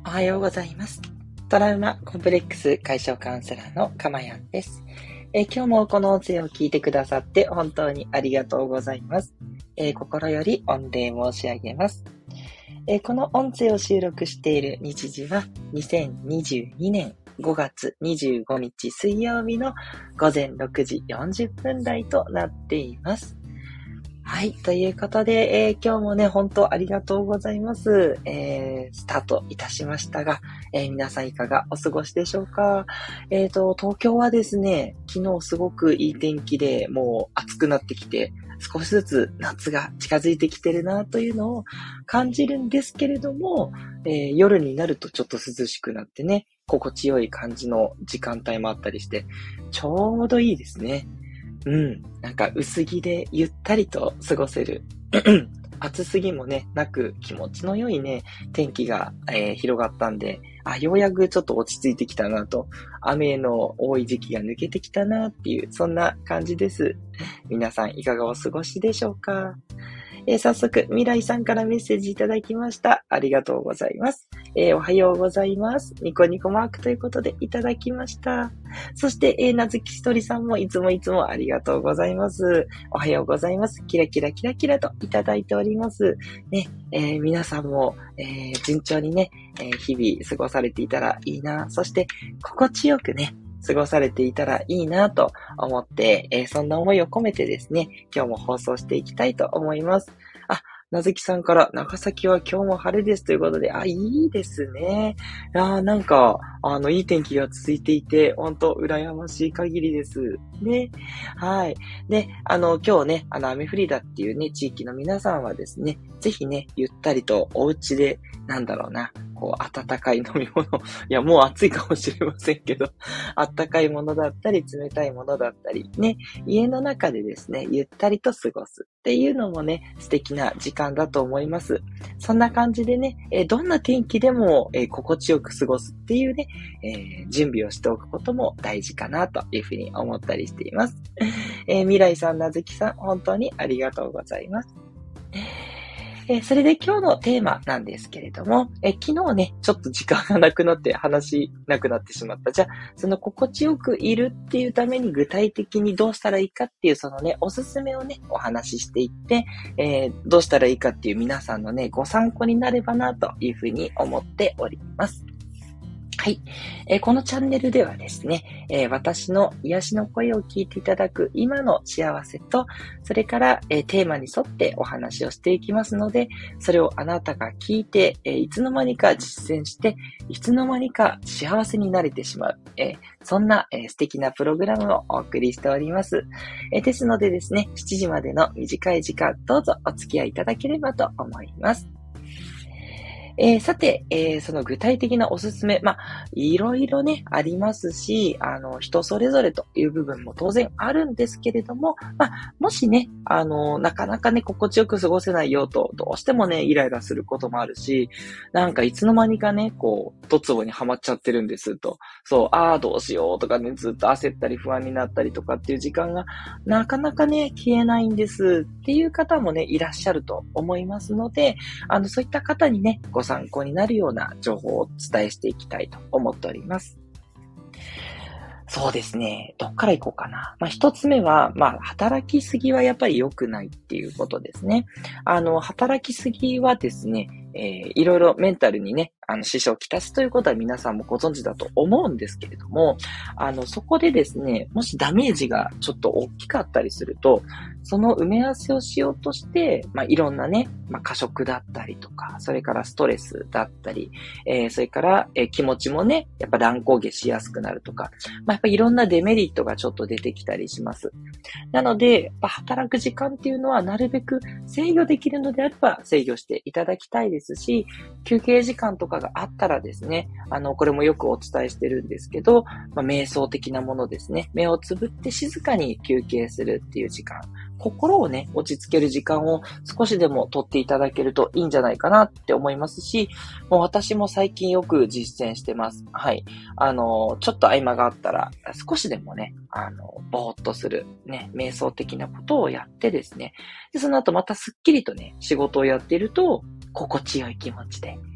おはようございます。トラウマコンプレックス解消カウンセラーのかまやんです。今日もこの音声を聞いてくださって本当にありがとうございます。心より御礼申し上げます。この音声を収録している日時は2022年5月25日水曜日の午前6時40分台となっています。はい。ということで、今日もね、本当ありがとうございます。スタートいたしましたが、皆さんいかがお過ごしでしょうか。東京はですね、昨日すごくいい天気で、もう暑くなってきて、少しずつ夏が近づいてきてるなというのを感じるんですけれども、夜になるとちょっと涼しくなってね、心地よい感じの時間帯もあったりして、ちょうどいいですね。なんか薄着でゆったりと過ごせる。暑すぎもね、なく気持ちの良いね、天気が、広がったんで、ようやくちょっと落ち着いてきたなと、雨の多い時期が抜けてきたなっていう、そんな感じです。皆さんいかがお過ごしでしょうか。早速、未来さんからメッセージいただきました。ありがとうございます。おはようございます。ニコニコマークということでいただきました。そして、なずきひとりさんもいつもありがとうございます。おはようございます。キラキラキラキラといただいております。ね、皆さんも、順調にね、日々過ごされていたらいいな。そして、心地よくね、過ごされていたらいいなと思って、そんな思いを込めてですね、今日も放送していきたいと思います。なずきさんから長崎は今日も晴れですということで、いいですね。なんか、いい天気が続いていて、本当羨ましい限りです。ね。はい。で、今日ね、雨降りだっていうね、地域の皆さんはですね、ぜひね、ゆったりとお家で、温かい飲み物、いや、もう暑いかもしれませんけど、温かいものだったり、冷たいものだったり、ね、家の中でですね、ゆったりと過ごすっていうのもね、素敵な時間だと思います。そんな感じでね、どんな天気でも、心地よく過ごすっていうね、準備をしておくことも大事かなというふうに思ったりしています。未来さん、なずきさん、本当にありがとうございます。それで今日のテーマなんですけれども、昨日ね、ちょっと時間がなくなって話なくなってしまった。じゃあ、その心地よくいるっていうために具体的にどうしたらいいかっていうそのね、おすすめをね、お話ししていって、どうしたらいいかっていう皆さんのね、ご参考になればなというふうに思っております。はい、このチャンネルではですね、私の癒しの声を聞いていただく今の幸せと、それから、テーマに沿ってお話をしていきますので、それをあなたが聞いて、いつの間にか実践して、いつの間にか幸せになれてしまう、そんな、素敵なプログラムをお送りしております。ですのでですね、7時までの短い時間、どうぞお付き合いいただければと思います。さて、その具体的なおすすめ、いろいろね、ありますし、人それぞれという部分も当然あるんですけれども、もしね、なかなかね、心地よく過ごせないよと、どうしてもね、イライラすることもあるし、なんかいつの間にかね、ドツボにはまっちゃってるんですと、そう、どうしようとかね、ずっと焦ったり不安になったりとかっていう時間が、なかなかね、消えないんですっていう方もね、いらっしゃると思いますので、そういった方にね、ご参考になるような情報をお伝えしていきたいと思っております。そうですね。どっから行こうかな。一つ目は、働きすぎはやっぱり良くないっていうことですね。働きすぎはですね、いろいろメンタルにね、支障をきたすということは皆さんもご存知だと思うんですけれども、そこでですね、もしダメージがちょっと大きかったりすると、その埋め合わせをしようとして、いろんなね、過食だったりとか、それからストレスだったり、それから、気持ちもね、やっぱ乱高下しやすくなるとか、やっぱいろんなデメリットがちょっと出てきたりします。なので、働く時間っていうのはなるべく制御できるのであれば制御していただきたいですし、休憩時間とかがあったらですね、これもよくお伝えしてるんですけど、瞑想的なものですね。目をつぶって静かに休憩するっていう時間。心をね、落ち着ける時間を少しでも取っていただけるといいんじゃないかなって思いますし、もう私も最近よく実践してます。はい。ちょっと合間があったら、少しでもね、ぼーっとする、ね、瞑想的なことをやってですね、で、その後またすっきりとね、仕事をやっていると、心地よい気持ちで、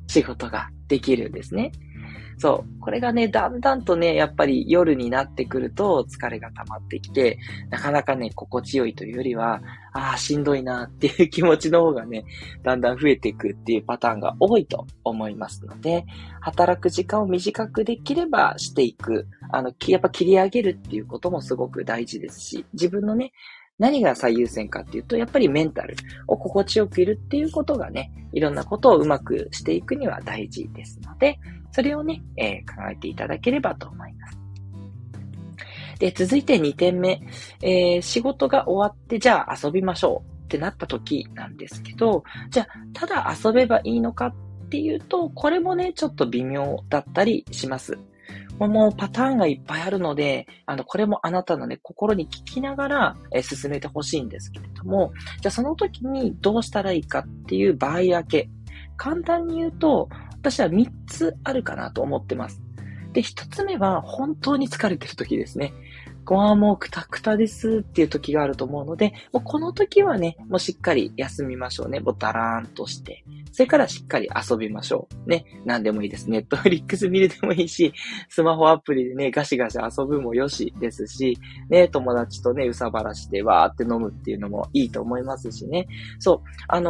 仕事ができるんですね。そう。これがね、だんだんとね、やっぱり夜になってくると疲れが溜まってきて、なかなかね、心地よいというよりは、しんどいなっていう気持ちの方がね、だんだん増えていくっていうパターンが多いと思いますので、働く時間を短くできればしていく。やっぱ切り上げるっていうこともすごく大事ですし、自分のね、何が最優先かっていうと、やっぱりメンタルを心地よくいるっていうことがね、いろんなことをうまくしていくには大事ですので、それをね、考えていただければと思います。で、続いて2点目、仕事が終わってじゃあ遊びましょうってなった時なんですけど、じゃあただ遊べばいいのかっていうと、これもね、ちょっと微妙だったりします。もうパターンがいっぱいあるので、これもあなたのね、心に聞きながら、進めてほしいんですけれども、じゃあその時にどうしたらいいかっていう場合分け。簡単に言うと、私は3つあるかなと思ってます。で、1つ目は本当に疲れてる時ですね。もうくたくたですっていう時があると思うので、もうこの時はね、もうしっかり休みましょうね。もうダラーンとして。それからしっかり遊びましょう。ね。何でもいいです。ネットフリックス見るでもいいし、スマホアプリでね、ガシガシ遊ぶもよしですし、ね、友達とね、うさばらしてわーって飲むっていうのもいいと思いますしね。そう。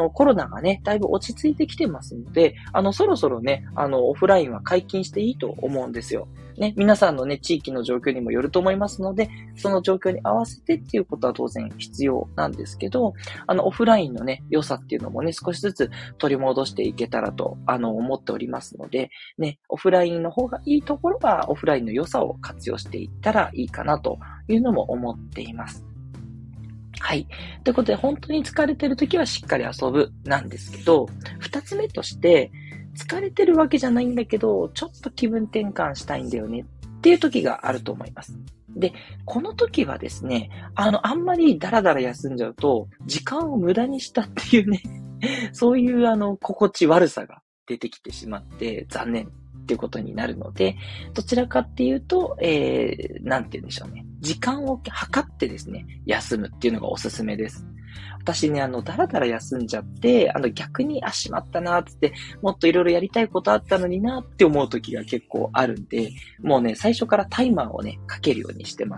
コロナがね、だいぶ落ち着いてきてますので、そろそろね、オフラインは解禁していいと思うんですよ。ね、皆さんのね、地域の状況にもよると思いますので、その状況に合わせてっていうことは当然必要なんですけど、オフラインのね、良さっていうのもね、少しずつ取り戻していけたらと、思っておりますので、ね、オフラインの方がいいところは、オフラインの良さを活用していったらいいかなというのも思っています。はい。ということで、本当に疲れてるときはしっかり遊ぶなんですけど、二つ目として、疲れてるわけじゃないんだけど、ちょっと気分転換したいんだよねっていう時があると思います。で、この時はですね、あんまりダラダラ休んじゃうと、時間を無駄にしたっていうね、そういう心地悪さが出てきてしまって残念っていうことになるので、どちらかっていうと、なんて言うんでしょうね。時間を測ってですね、休むっていうのがおすすめです。私ね、だらだら休んじゃって、逆に、しまったなーって、もっといろいろやりたいことあったのになって思う時が結構あるんで、もうね、最初からタイマーをね、かけるようにしてます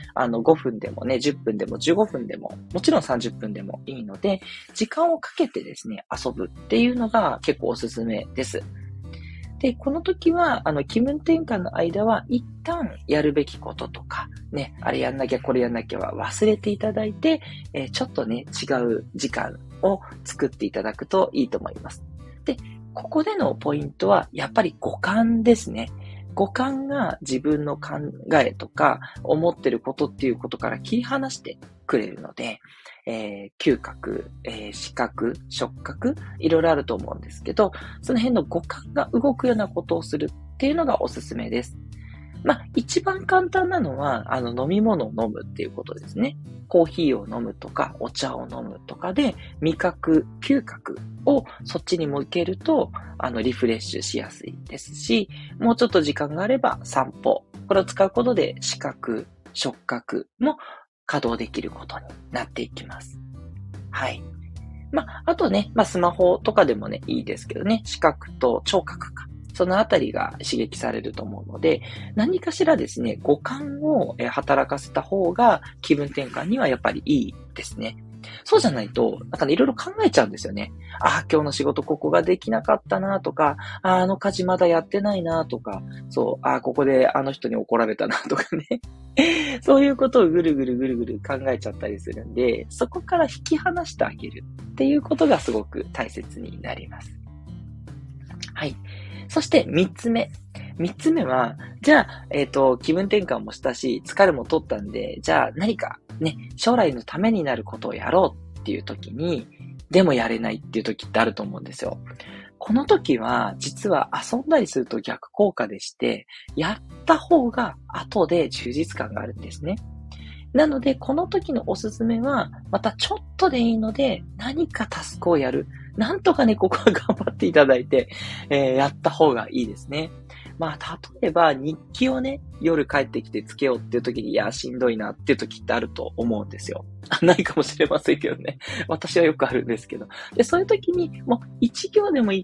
。5分でもね、10分でも15分でも、もちろん30分でもいいので、時間をかけてですね、遊ぶっていうのが結構おすすめです。で、この時は、気分転換の間は、一旦やるべきこととか、ね、あれやんなきゃ、これやんなきゃは忘れていただいて、ちょっとね、違う時間を作っていただくといいと思います。で、ここでのポイントは、やっぱり五感ですね。五感が自分の考えとか、思ってることっていうことから切り離してくれるので、嗅覚、視覚、触覚、いろいろあると思うんですけど、その辺の五感が動くようなことをするっていうのがおすすめです。一番簡単なのは、飲み物を飲むっていうことですね。コーヒーを飲むとか、お茶を飲むとかで、味覚、嗅覚をそっちに向けると、リフレッシュしやすいですし、もうちょっと時間があれば散歩。これを使うことで視覚、触覚も稼働できることになっていきます。はい。あとね、スマホとかでもね、いいですけどね、視覚と聴覚か。そのあたりが刺激されると思うので、何かしらですね、五感を働かせた方が気分転換にはやっぱりいいですね。そうじゃないと、なんかね、いろいろ考えちゃうんですよね。今日の仕事ここができなかったなとか、家事まだやってないなとか、そう、ここであの人に怒られたなとかね。そういうことをぐるぐるぐるぐる考えちゃったりするんで、そこから引き離してあげるっていうことがすごく大切になります。はい。そして三つ目。三つ目は、じゃあ、気分転換もしたし、疲れも取ったんで、じゃあ何かね、将来のためになることをやろうっていう時に、でもやれないっていう時ってあると思うんですよ。この時は、実は遊んだりすると逆効果でして、やった方が後で充実感があるんですね。なので、この時のおすすめは、またちょっとでいいので、何かタスクをやる。なんとかね、ここは頑張っていただいて、やった方がいいですね。例えば、日記をね、夜帰ってきてつけようっていう時に、いや、しんどいなっていう時ってあると思うんですよ。ないかもしれませんけどね。私はよくあるんですけど。で、そういう時に、もう一行でもいいから、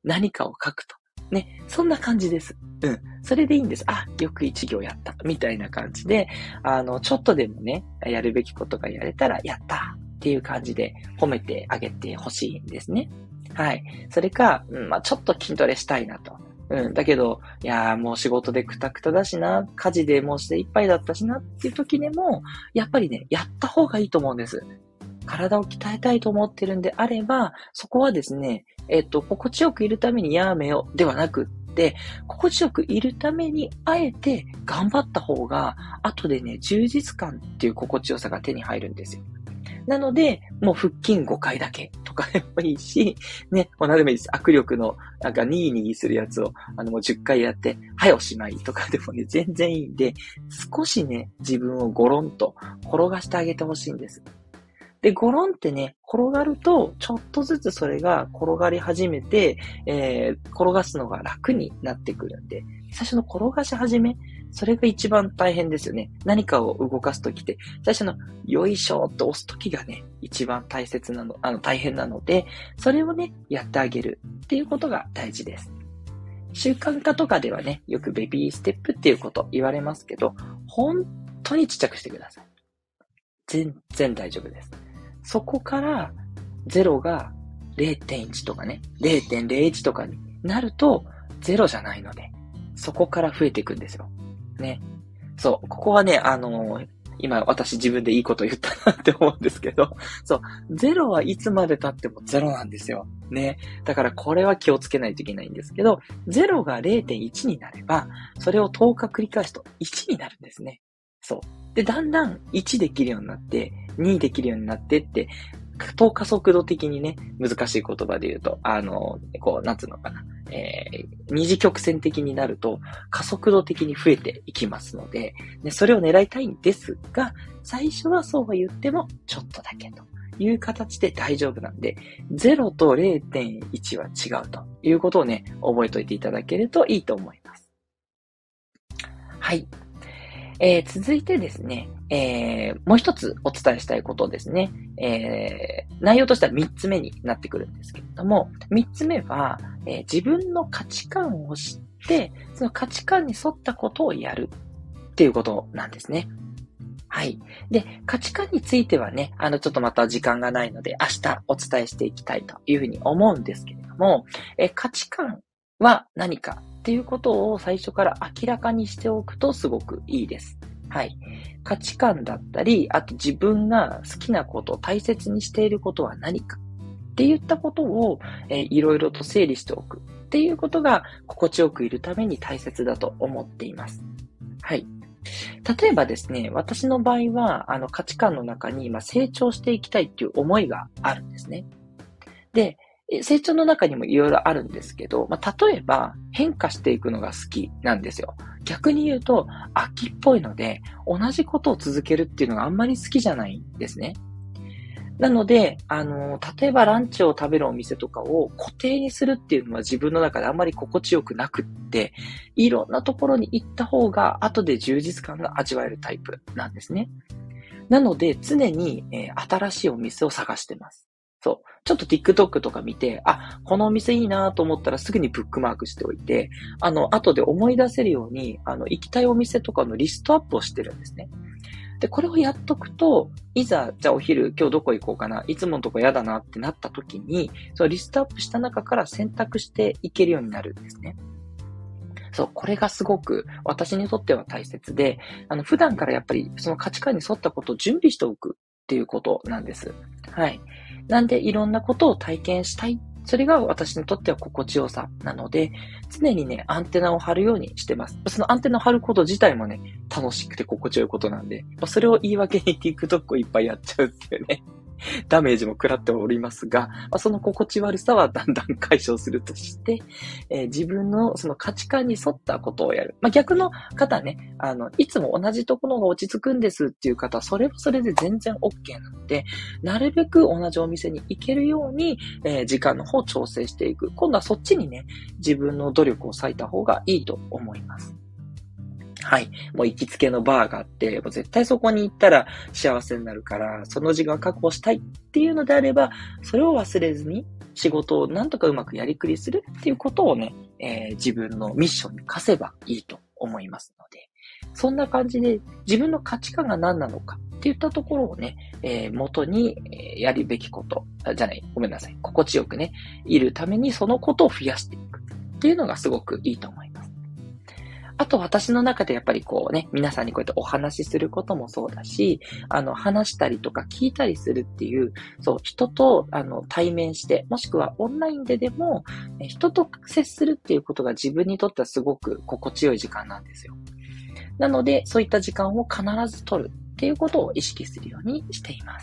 何かを書くと。ね、そんな感じです。それでいいんです。よく一行やった。みたいな感じで、ちょっとでもね、やるべきことがやれたら、やったっていう感じで褒めてあげてほしいんですね。はい。それか、ちょっと筋トレしたいなと。だけど、もう仕事でクタクタだしな、家事でもうしていっぱいだったしなっていう時でも、やっぱりね、やった方がいいと思うんです。体を鍛えたいと思ってるんであれば、そこはですね、心地よくいるためにやめよではなくって、心地よくいるためにあえて頑張った方が、後でね、充実感っていう心地よさが手に入るんですよ。なので、もう腹筋5回だけとかでもいいし、ね、もう何でもいいです。握力の、ニーニーするやつを、もう10回やって、はいおしまいとかでもね、全然いいんで、少しね、自分をゴロンと転がしてあげてほしいんです。で、ゴロンってね、転がると、ちょっとずつそれが転がり始めて、転がすのが楽になってくるんで、最初の転がし始め、それが一番大変ですよね。何かを動かすときって、最初のよいしょって押すときがね、一番大切なの、大変なので、それをね、やってあげるっていうことが大事です。習慣化とかではね、よくベビーステップっていうこと言われますけど、本当にちっちゃくしてください。全然大丈夫です。そこから0が 0.1 とかね、0.01 とかになると0じゃないので、そこから増えていくんですよ。ね。そう、ここはね、今私自分でいいこと言ったなって思うんですけど、そう、0はいつまで経っても0なんですよ。ね。だからこれは気をつけないといけないんですけど、0が 0.1 になれば、それを10日繰り返すと1になるんですね。そう。で、だんだん1できるようになって、2できるようになってって、加速度的にね、難しい言葉で言うと、なんつうのかな。二次曲線的になると加速度的に増えていきますので、ね、それを狙いたいんですが、最初はそうは言ってもちょっとだけという形で大丈夫なんで、0と 0.1 は違うということをね、覚えておいていただけるといいと思います。はい。続いてですね、もう一つお伝えしたいことですね。内容としては3つ目になってくるんですけれども、3つ目は、自分の価値観を知って、その価値観に沿ったことをやるっていうことなんですね。はい。で、価値観についてはね、ちょっとまた時間がないので、明日お伝えしていきたいというふうに思うんですけれども、価値観は何かっていうことを最初から明らかにしておくとすごくいいです。はい。価値観だったり、あと自分が好きなこと、大切にしていることは何かっていったことを、いろいろと整理しておくっていうことが心地よくいるために大切だと思っています。はい。例えばですね、私の場合は、価値観の中に、成長していきたいっていう思いがあるんですね。で、成長の中にもいろいろあるんですけど、例えば変化していくのが好きなんですよ。逆に言うと、飽きっぽいので、同じことを続けるっていうのがあんまり好きじゃないんですね。なので、例えばランチを食べるお店とかを固定にするっていうのは自分の中であんまり心地よくなくって、いろんなところに行った方が後で充実感が味わえるタイプなんですね。なので、常に、新しいお店を探してます。そう。ちょっと TikTok とか見て、このお店いいなと思ったらすぐにブックマークしておいて、後で思い出せるように、行きたいお店とかのリストアップをしてるんですね。で、これをやっとくと、いざ、じゃあお昼、今日どこ行こうかな、いつものとこ嫌だなってなった時に、そのリストアップした中から選択していけるようになるんですね。そう、これがすごく私にとっては大切で、普段からやっぱりその価値観に沿ったことを準備しておくっていうことなんです。はい。なんでいろんなことを体験したい。それが私にとっては心地よさなので、常にね、アンテナを張るようにしてます。そのアンテナを張ること自体もね、楽しくて心地よいことなんで、それを言い訳に TikTok をいっぱいやっちゃうっていうね。ダメージも食らっておりますが、その心地悪さはだんだん解消するとして、自分のその価値観に沿ったことをやる。逆の方ね、いつも同じところが落ち着くんですっていう方は、それはそれで全然 OK なので、なるべく同じお店に行けるように、時間の方を調整していく。今度はそっちにね、自分の努力を割いた方がいいと思います。はい。もう行きつけのバーがあって、もう絶対そこに行ったら幸せになるから、その時間確保したいっていうのであれば、それを忘れずに、 仕事をなんとかうまくやりくりするっていうことをね、自分のミッションに課せばいいと思いますので、そんな感じで自分の価値観が何なのかっていったところをね、元にやるべきこと、ごめんなさい。心地よくね、いるためにそのことを増やしていくっていうのがすごくいいと思います。あと私の中でやっぱりこうね、皆さんにこうやってお話しすることもそうだし、話したりとか聞いたりするっていう、そう、人と対面して、もしくはオンラインででも、人と接するっていうことが自分にとってはすごく心地よい時間なんですよ。なので、そういった時間を必ず取るっていうことを意識するようにしています。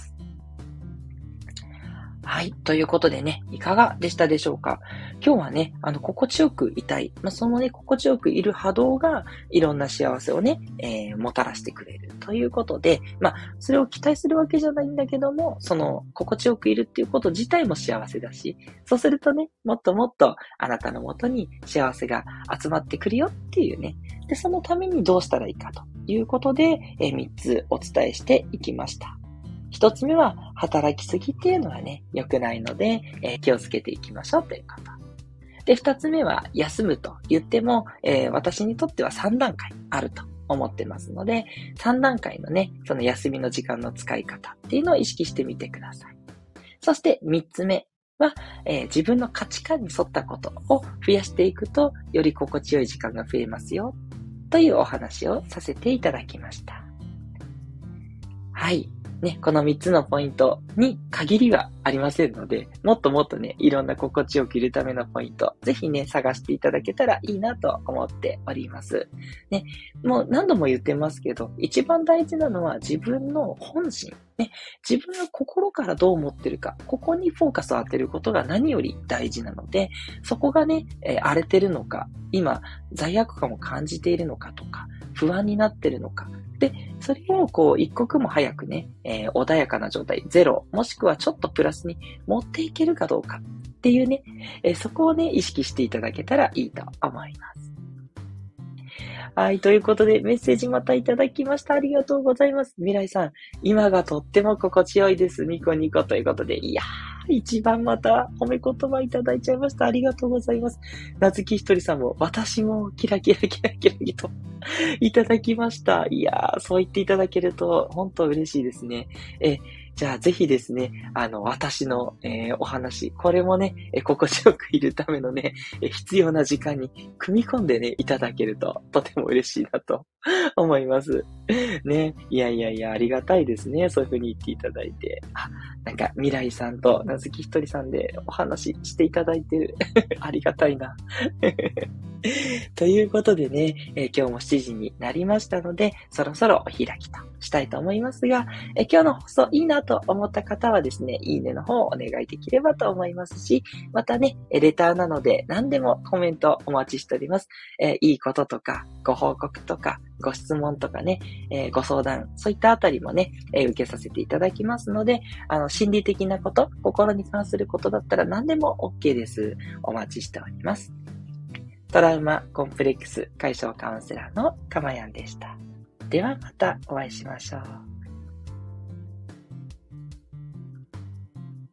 はい。ということでね、いかがでしたでしょうか？今日はね、心地よくいたい。そのね、心地よくいる波動が、いろんな幸せをね、もたらしてくれるということで、それを期待するわけじゃないんだけども、その、心地よくいるっていうこと自体も幸せだし、そうするとね、もっともっとあなたのもとに幸せが集まってくるよっていうね。で、そのためにどうしたらいいかということで、3つお伝えしていきました。一つ目は、働きすぎっていうのはね、良くないので、気をつけていきましょうということ。で、二つ目は、休むと言っても、私にとっては3段階あると思ってますので、3段階のね、その休みの時間の使い方っていうのを意識してみてください。そして三つ目は、自分の価値観に沿ったことを増やしていくと、より心地よい時間が増えますよ、というお話をさせていただきました。はい。ね、この3つのポイントに限りはありませんので、もっともっとね、いろんな心地よくいるためのポイント、ぜひね、探していただけたらいいなと思っております。ね、もう何度も言ってますけど、一番大事なのは自分の本心。ね、自分が心からどう思ってるか、ここにフォーカスを当てることが何より大事なので、そこがね、荒れてるのか、今、罪悪感を感じているのかとか、不安になってるのか、で、それをこう一刻も早くね、穏やかな状態、ゼロ、もしくはちょっとプラスに持っていけるかどうかっていうね、そこをね、意識していただけたらいいと思います。はい、ということでメッセージまたいただきました。ありがとうございます。未来さん、今がとっても心地よいです。ニコニコということで、いやー、一番また褒め言葉いただいちゃいました。ありがとうございます。なずきひとりさんも、私もキラキラキラキラキラといただきました。いやー、そう言っていただけると、本当嬉しいですね。じゃあぜひですね、私の、お話、これもね、心地よくいるためのね、必要な時間に組み込んでね、いただけると、とても嬉しいなと思います。ね、いやいやいや、ありがたいですね。そういう風に言っていただいて。なんか、未来さんとなずきひとりさんでお話ししていただいてる。ありがたいな。ということでね、今日も7時になりましたので、そろそろお開きとしたいと思いますが、今日の放送いいなと思った方はですね、いいねの方をお願いできればと思いますし、またね、レターなので何でもコメントお待ちしております。いいこととか、ご報告とか、ご質問とかね、ご相談、そういったあたりもね、受けさせていただきますので、心理的なこと、心に関することだったら何でも OK です。お待ちしております。トラウマコンプレックス解消カウンセラーのかまやんでした。ではまたお会いしましょう。